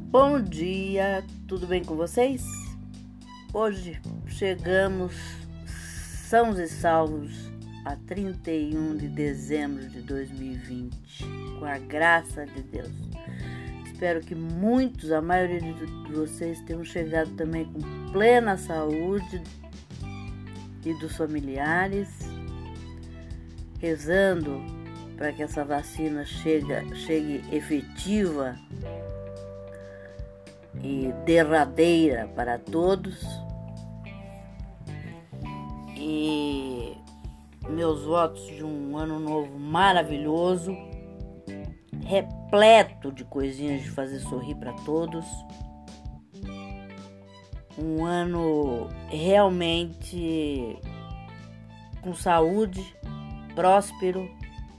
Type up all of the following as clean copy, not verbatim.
Bom dia, tudo bem com vocês? Hoje chegamos sãos e salvos a 31 de dezembro de 2020, com a graça de Deus. Espero que a maioria de vocês tenham chegado também com plena saúde e dos familiares, rezando para que essa vacina chegue efetiva e derradeira para todos. E meus votos de um ano novo maravilhoso, repleto de coisinhas de fazer sorrir para todos. Um ano realmente com saúde, próspero,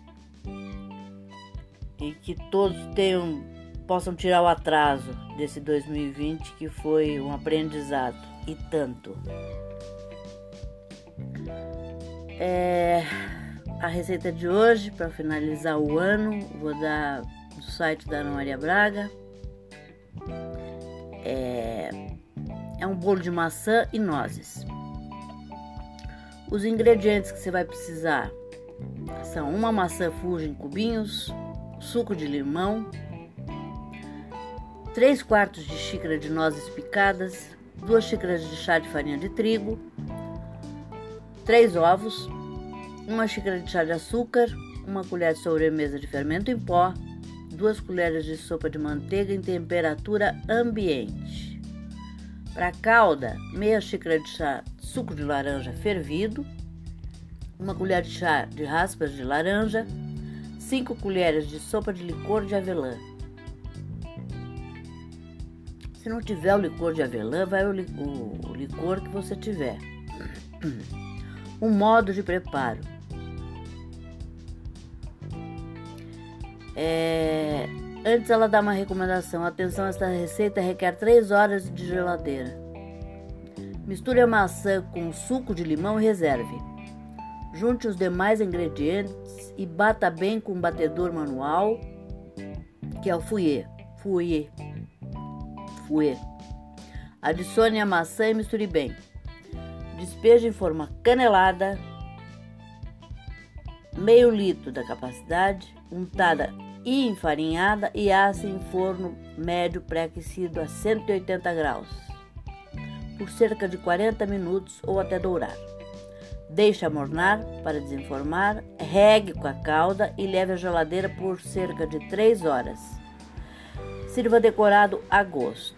e que todos possam tirar o atraso desse 2020, que foi um aprendizado e tanto. A receita de hoje, para finalizar o ano, vou dar do site da Ana Maria Braga. É um bolo de maçã e nozes. Os ingredientes que você vai precisar são uma maçã Fuji em cubinhos, suco de limão, 3/4 de xícara de nozes picadas, 2 xícaras de chá de farinha de trigo, 3 ovos, 1 xícara de chá de açúcar, 1 colher de sobremesa de fermento em pó, 2 colheres de sopa de manteiga em temperatura ambiente. Para a calda, meia xícara de chá de suco de laranja fervido, 1 colher de chá de raspas de laranja, 5 colheres de sopa de licor de avelã. Se não tiver o licor de avelã, vai o licor que você tiver. Um modo de preparo. Antes ela dá uma recomendação. Atenção, esta receita requer 3 horas de geladeira. Misture a maçã com suco de limão e reserve. Junte os demais ingredientes e bata bem com um batedor manual, que é o fouet. Adicione a maçã e misture bem. Despeje em forma canelada, meio litro da capacidade, untada e enfarinhada, e asse em forno médio pré-aquecido a 180 graus, por cerca de 40 minutos ou até dourar. Deixe amornar para desenformar, regue com a calda e leve à geladeira por cerca de 3 horas. Sirva decorado a gosto.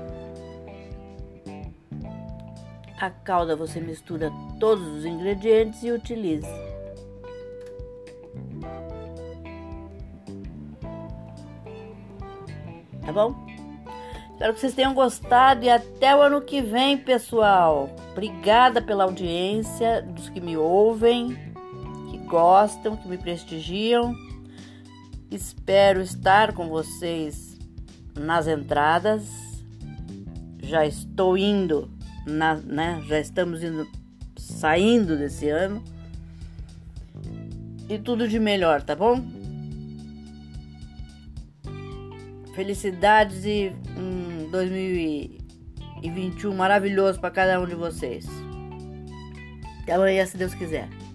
A calda você mistura todos os ingredientes e utilize. Tá bom? Espero que vocês tenham gostado e até o ano que vem, pessoal. Obrigada pela audiência, dos que me ouvem, que gostam, que me prestigiam. Espero estar com vocês nas entradas. Já estou indo, já estamos saindo desse ano. E tudo de melhor, tá bom? Felicidades e 2021 maravilhoso para cada um de vocês. Até amanhã, se Deus quiser.